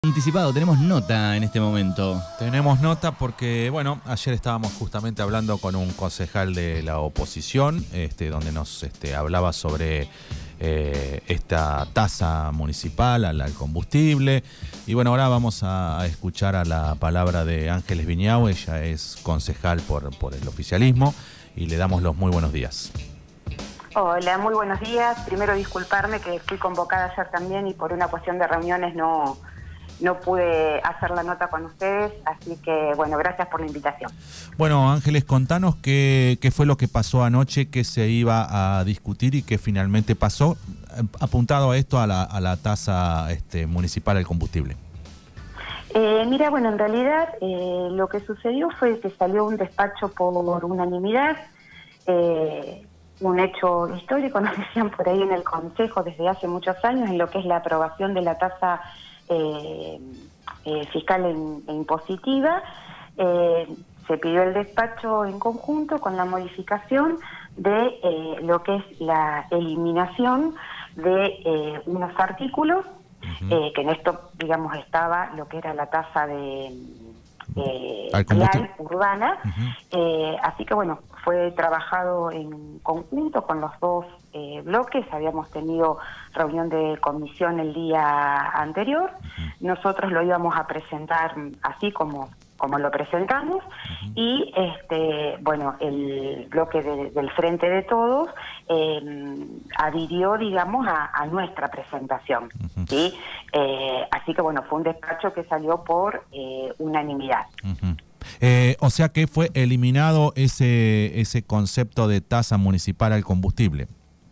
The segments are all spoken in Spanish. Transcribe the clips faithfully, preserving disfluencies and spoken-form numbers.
anticipado, tenemos nota en este momento. Tenemos nota porque, bueno, ayer estábamos justamente hablando con un concejal de la oposición, este, donde nos este, hablaba sobre eh, esta tasa municipal al, al combustible. Y bueno, ahora vamos a, a escuchar a la palabra de Ángeles Viñao. Ella es concejal por, por el oficialismo y le damos los muy buenos días. Hola, muy buenos días. Primero disculparme que fui convocada ayer también y por una cuestión de reuniones no, no pude hacer la nota con ustedes, así que bueno, gracias por la invitación. Bueno, Ángeles, contanos qué, qué fue lo que pasó anoche, qué se iba a discutir y qué finalmente pasó, apuntado a esto, a la, a la tasa este, municipal del combustible. Eh, mira, bueno, en realidad eh, lo que sucedió fue que salió un despacho por unanimidad, eh, un hecho histórico, nos decían por ahí en el Consejo desde hace muchos años, en lo que es la aprobación de la tasa eh, eh, fiscal e impositiva. Eh, se pidió el despacho en conjunto con la modificación de eh, lo que es la eliminación de eh, unos artículos, uh-huh. eh, que en esto, digamos, estaba lo que era la tasa de... Eh, vial, urbana, uh-huh. eh, así que bueno, fue trabajado en conjunto con los dos eh, bloques. Habíamos tenido reunión de comisión el día anterior, uh-huh. nosotros lo íbamos a presentar así como como lo presentamos, uh-huh. y este bueno, el bloque de, del Frente de Todos eh, adhirió, digamos, a, a nuestra presentación, uh-huh. ¿sí? Eh, así que bueno, fue un despacho que salió por eh, unanimidad. Uh-huh. Eh, o sea que fue eliminado ese, ese concepto de tasa municipal al combustible.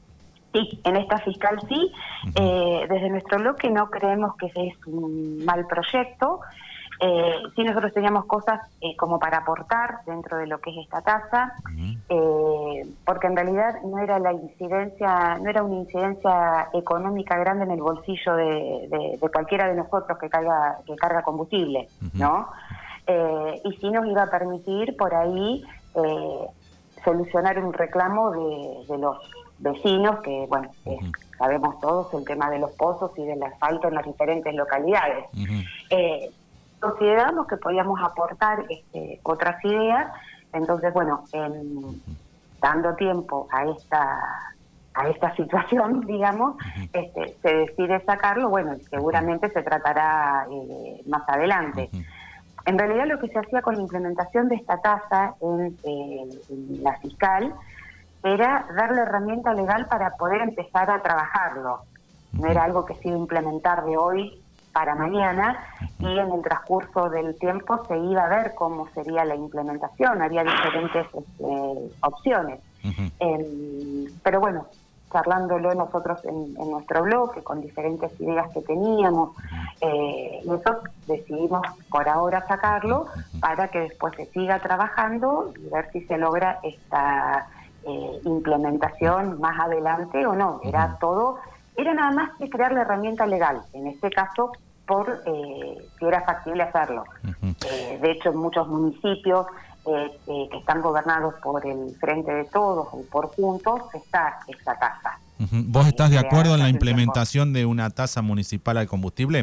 Sí, en esta fiscal sí. Uh-huh. eh, desde nuestro bloque no creemos que ese es un mal proyecto. Eh, sí, nosotros teníamos cosas eh, como para aportar dentro de lo que es esta tasa, uh-huh. eh, porque en realidad no era la incidencia, no era una incidencia económica grande en el bolsillo de, de, de cualquiera de nosotros que carga, que carga combustible, uh-huh. ¿no? Eh, y sí nos iba a permitir por ahí eh, solucionar un reclamo de, de los vecinos, que bueno, uh-huh. eh, sabemos todos el tema de los pozos y del asfalto en las diferentes localidades. Uh-huh. Eh, Consideramos que podíamos aportar este, otras ideas, entonces bueno, en, dando tiempo a esta a esta situación, digamos, uh-huh. este, se decide sacarlo, bueno, seguramente se tratará eh, más adelante. Uh-huh. En realidad lo que se hacía con la implementación de esta tasa en, eh, en la fiscal era darle herramienta legal para poder empezar a trabajarlo. No era algo que se iba a implementar de hoy para mañana, y en el transcurso del tiempo se iba a ver cómo sería la implementación, había diferentes este, opciones. Uh-huh. eh, pero bueno, charlándolo nosotros en, en nuestro bloque, con diferentes ideas que teníamos, eh, nosotros decidimos por ahora sacarlo para que después se siga trabajando y ver si se logra esta eh, implementación más adelante o no. Era todo... Era nada más que crear la herramienta legal, en este caso, por eh, si era factible hacerlo. Uh-huh. Eh, de hecho, en muchos municipios eh, eh, que están gobernados por el Frente de Todos o por Juntos, está esta tasa. Uh-huh. ¿Vos estás de acuerdo en la implementación de una tasa municipal al combustible?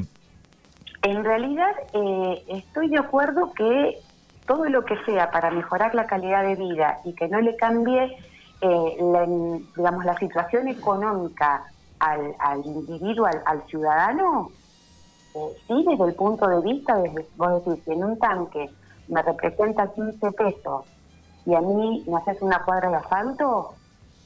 En realidad, eh, estoy de acuerdo que todo lo que sea para mejorar la calidad de vida y que no le cambie, eh, la, digamos, la situación económica Al, al individuo, al, al ciudadano, eh, sí, desde el punto de vista, desde, vos decís, si en un tanque me representa quince pesos y a mí me haces una cuadra de asfalto,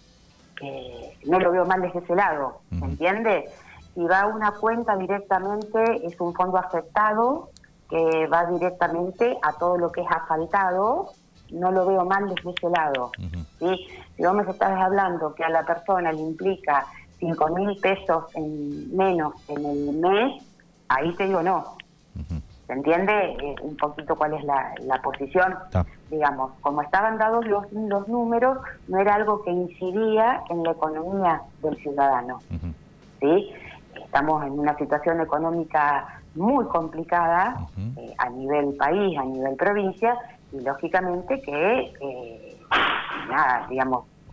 eh, no lo veo mal desde ese lado, ¿me uh-huh. entiende? Si va a una cuenta directamente, es un fondo afectado que va directamente a todo lo que es asfaltado, no lo veo mal desde ese lado. Uh-huh. ¿Sí? Si vos me estás hablando que a la persona le implica cinco mil pesos en menos en el mes, ahí te digo no. Uh-huh. ¿Se entiende eh, un poquito cuál es la, la posición? Ah. Digamos, como estaban dados los, los números, no era algo que incidía en la economía del ciudadano. Uh-huh. ¿Sí? Estamos en una situación económica muy complicada, uh-huh. eh, a nivel país, a nivel provincia, y lógicamente que, eh, nada, digamos,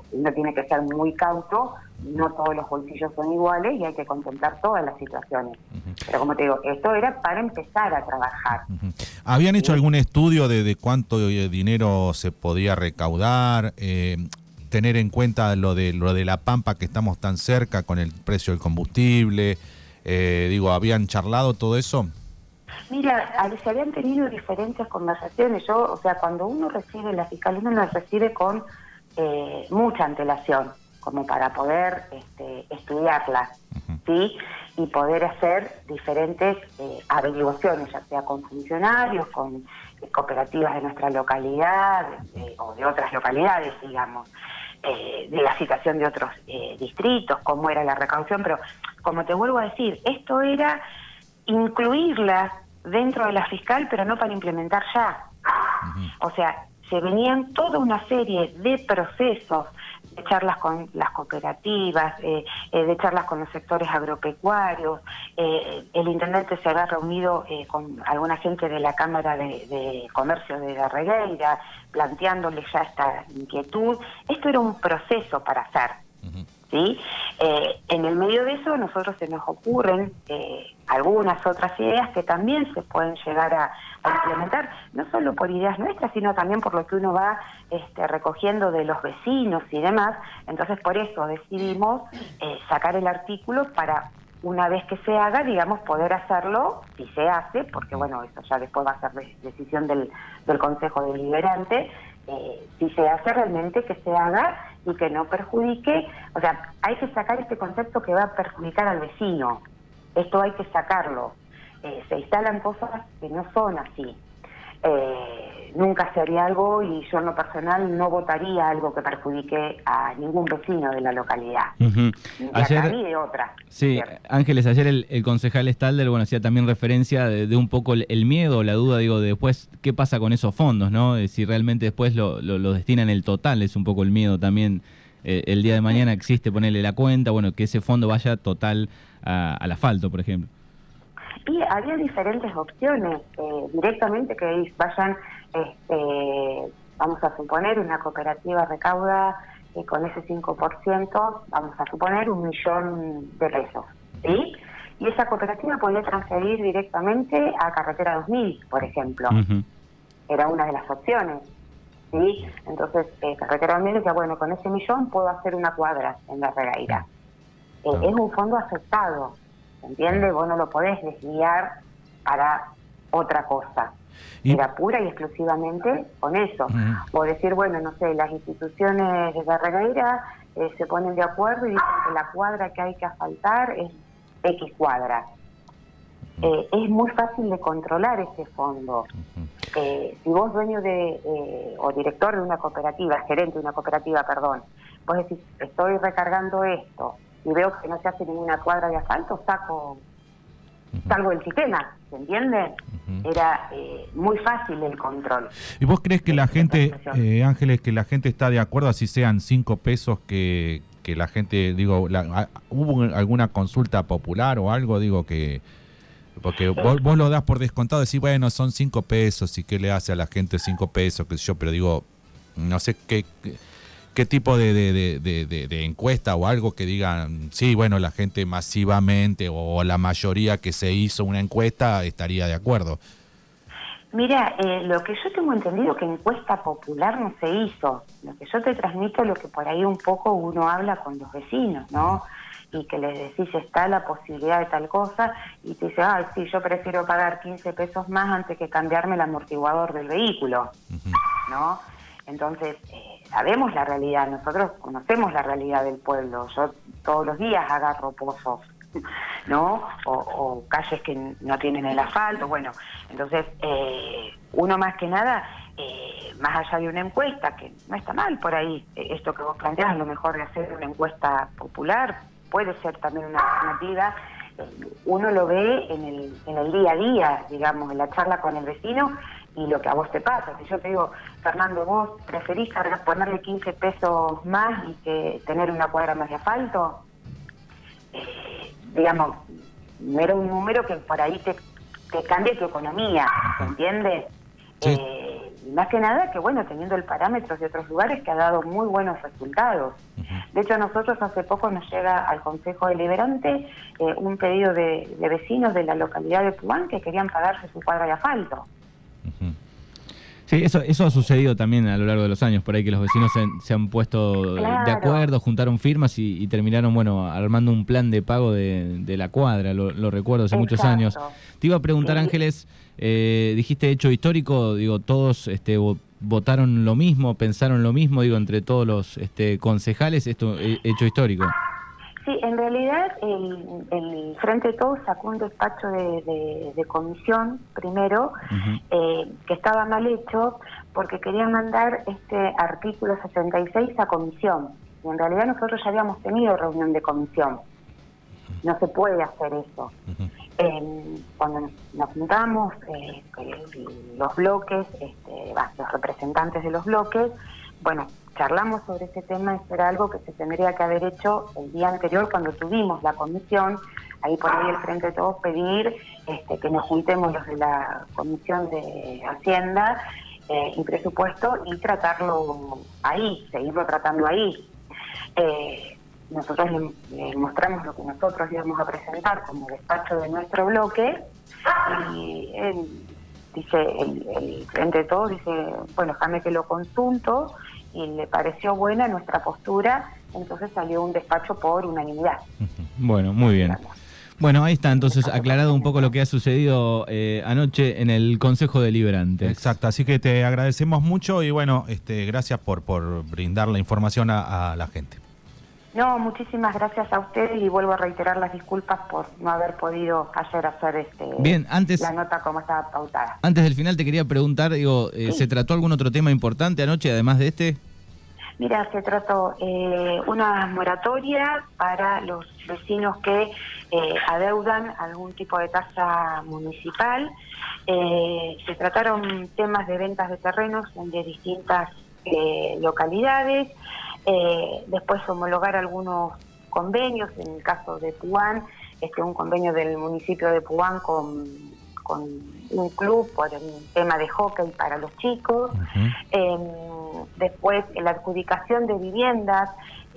uno tiene que ser muy cauto, no todos los bolsillos son iguales y hay que contemplar todas las situaciones. Uh-huh. Pero como te digo, esto era para empezar a trabajar. Uh-huh. ¿Habían hecho ¿Sí? algún estudio de, de cuánto dinero se podía recaudar? Eh, tener en cuenta lo de lo de la Pampa, que estamos tan cerca con el precio del combustible. Eh, digo, ¿habían charlado todo eso? Mira, se habían tenido diferentes conversaciones. Yo, o sea, cuando uno recibe la fiscalía, uno la recibe con eh, mucha antelación, como para poder este, estudiarla, uh-huh. ¿sí? Y poder hacer diferentes eh, averiguaciones, ya sea con funcionarios, con eh, cooperativas de nuestra localidad eh, o de otras localidades, digamos, eh, de la situación de otros eh, distritos, cómo era la recaudación. Pero, como te vuelvo a decir, esto era incluirlas dentro de la fiscal, pero no para implementar ya. Uh-huh. O sea, se venían toda una serie de procesos, de charlas con las cooperativas, eh, eh, de charlas con los sectores agropecuarios. Eh, el intendente se había reunido eh, con alguna gente de la Cámara de, de Comercio de la Regueira, planteándole ya esta inquietud. Esto era un proceso para hacer. Uh-huh. ¿Sí? Eh, en el medio de eso, a nosotros se nos ocurren eh, algunas otras ideas que también se pueden llegar a, a implementar, no solo por ideas nuestras, sino también por lo que uno va este, recogiendo de los vecinos y demás. Entonces, por eso decidimos eh, sacar el artículo para, una vez que se haga, digamos, poder hacerlo, si se hace, porque bueno, eso ya después va a ser decisión del, del Consejo Deliberante. Eh, si se hace realmente, que se haga y que no perjudique. O sea, hay que sacar este concepto que va a perjudicar al vecino. Esto hay que sacarlo. Eh, se instalan cosas que no son así. Eh, nunca se haría algo, y yo en lo personal no votaría algo que perjudique a ningún vecino de la localidad, uh-huh. ni ayer, acá ni de otra. Sí, ¿cierto? Ángeles, ayer el, el concejal Stalder, bueno, hacía también referencia de, de un poco el, el miedo, la duda, digo, de después qué pasa con esos fondos, ¿no? De si realmente después lo, lo, lo destinan el total, es un poco el miedo también. Eh, el día de mañana existe ponerle la cuenta, bueno, que ese fondo vaya total a, al asfalto, por ejemplo. Y había diferentes opciones, eh, directamente que vayan, este, vamos a suponer, una cooperativa recauda eh, con ese cinco por ciento, vamos a suponer un millón de pesos, ¿sí? Y esa cooperativa podía transferir directamente a Carretera dos mil, por ejemplo. Uh-huh. Era una de las opciones, ¿sí? Entonces, eh, Carretera dos mil decía, bueno, con ese millón puedo hacer una cuadra en la Regueira. Eh, uh-huh. Es un fondo aceptado. ¿Entiendes? Vos no lo podés desviar para otra cosa. ¿Y? Era pura y exclusivamente con eso. Uh-huh. O decir, bueno, no sé, las instituciones de la Regueira eh, se ponen de acuerdo y dicen que la cuadra que hay que asfaltar es X cuadra. Uh-huh. Eh, es muy fácil de controlar ese fondo. Uh-huh. Eh, si vos dueño de, eh, o director de una cooperativa, gerente de una cooperativa, perdón, vos decís, estoy recargando esto, y veo que no se hace ninguna cuadra de asfalto, saco, uh-huh. salgo del sistema, ¿se entiende? Uh-huh. Era eh, muy fácil el control. ¿Y vos crees que la gente, eh, Ángeles, que la gente está de acuerdo, así sean cinco pesos que, que la gente, digo, la, hubo alguna consulta popular o algo, digo, que... Porque vos, vos lo das por descontado, decís, bueno, son cinco pesos, y qué le hace a la gente cinco pesos, qué sé yo, pero digo, no sé qué... ¿Qué tipo de, de, de, de, de encuesta o algo que digan, sí, bueno, la gente masivamente o la mayoría que se hizo una encuesta estaría de acuerdo? Mira, eh, lo que yo tengo entendido que encuesta popular no se hizo. Lo que yo te transmito es lo que por ahí un poco uno habla con los vecinos, ¿no? Uh-huh. Y que les decís, está la posibilidad de tal cosa, y te dice, ay, sí, yo prefiero pagar quince pesos más antes que cambiarme el amortiguador del vehículo, uh-huh. ¿no? Entonces, eh, sabemos la realidad, nosotros conocemos la realidad del pueblo. Yo todos los días agarro pozos, ¿no? O, o calles que no tienen el asfalto. Bueno, entonces, eh, uno más que nada, eh, más allá de una encuesta, que no está mal por ahí, eh, esto que vos planteás, a lo mejor de hacer una encuesta popular, puede ser también una alternativa. Eh, uno lo ve en el, en el día a día, digamos, en la charla con el vecino, y lo que a vos te pasa. Si yo te digo, Fernando, vos preferís cargar, ponerle quince pesos más y que tener una cuadra más de asfalto, eh, digamos, no era un número que por ahí te, te cambie tu economía, ¿se entiende? Sí. Eh, y más que nada que, bueno, teniendo el parámetro de otros lugares que ha dado muy buenos resultados. Uh-huh. De hecho, a nosotros hace poco nos llega al Consejo Deliberante eh, un pedido de, de vecinos de la localidad de Puan que querían pagarse su cuadra de asfalto. Uh-huh. Sí, eso eso ha sucedido también a lo largo de los años, por ahí que los vecinos se, se han puesto claro. de acuerdo, juntaron firmas y, y terminaron, bueno, armando un plan de pago de, de la cuadra, lo, lo recuerdo hace Exacto. muchos años. Te iba a preguntar, sí. Ángeles, eh, dijiste hecho histórico, digo, todos este, votaron lo mismo, pensaron lo mismo, digo, entre todos los este, concejales, esto hecho histórico. Sí, en realidad el, el Frente de Todos sacó un despacho de, de, de comisión primero, uh-huh. eh, que estaba mal hecho porque querían mandar este artículo sesenta y seis a comisión. Y en realidad nosotros ya habíamos tenido reunión de comisión. No se puede hacer eso. Uh-huh. Eh, cuando nos juntamos, eh, los bloques, este, los representantes de los bloques, bueno, charlamos sobre ese tema. Esto era algo que se tendría que haber hecho el día anterior cuando tuvimos la comisión. Ahí por ahí el Frente de Todos pedir este, que nos juntemos los de la Comisión de Hacienda eh, y Presupuesto y tratarlo ahí, seguirlo tratando ahí. Eh, nosotros le, le mostramos lo que nosotros íbamos a presentar como despacho de nuestro bloque y él dice, el, el Frente de Todos dice, bueno, déjame que lo consulto, y le pareció buena nuestra postura, entonces salió un despacho por unanimidad. Bueno, muy bien. Bueno, ahí está, entonces aclarado un poco lo que ha sucedido eh, anoche en el Consejo Deliberante. Exacto, así que te agradecemos mucho y bueno, este, gracias por, por brindar la información a, a la gente. No, muchísimas gracias a ustedes y vuelvo a reiterar las disculpas por no haber podido ayer hacer este Bien, antes, la nota como estaba pautada. Antes del final te quería preguntar, digo, eh, sí. ¿se trató algún otro tema importante anoche además de este? Mira, se trató eh, una moratoria para los vecinos que eh, adeudan algún tipo de tasa municipal. Eh, se trataron temas de ventas de terrenos de distintas eh, localidades. Eh, después homologar algunos convenios, en el caso de Puan, este, un convenio del municipio de Puan con, con un club por el tema de hockey para los chicos. Uh-huh. eh, después la adjudicación de viviendas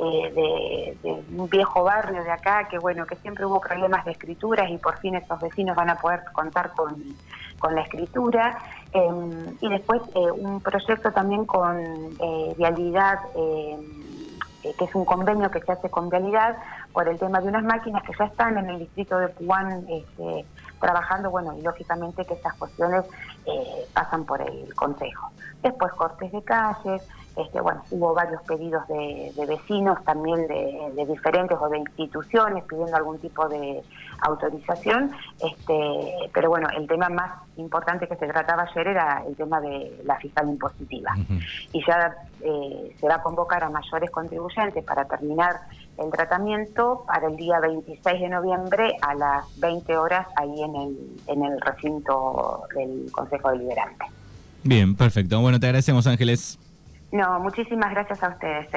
eh, de, de un viejo barrio de acá, que bueno, que siempre hubo problemas de escrituras y por fin estos vecinos van a poder contar con, con la escritura. Eh, y después eh, un proyecto también con eh, Vialidad, eh, eh, que es un convenio que se hace con Vialidad por el tema de unas máquinas que ya están en el distrito de Puan este, trabajando, bueno, y lógicamente que estas cuestiones eh, pasan por el Consejo. Después cortes de calles, este, bueno, hubo varios pedidos de, de vecinos también de, de diferentes o de instituciones pidiendo algún tipo de autorización, este, pero bueno, el tema más importante que se trataba ayer era el tema de la fiscal impositiva. Uh-huh. Y ya eh, se va a convocar a mayores contribuyentes para terminar el tratamiento para el día veintiséis de noviembre a las veinte horas ahí en el, en el recinto del Consejo Deliberante. Bien, perfecto. Bueno, te agradecemos, Ángeles. No, muchísimas gracias a ustedes.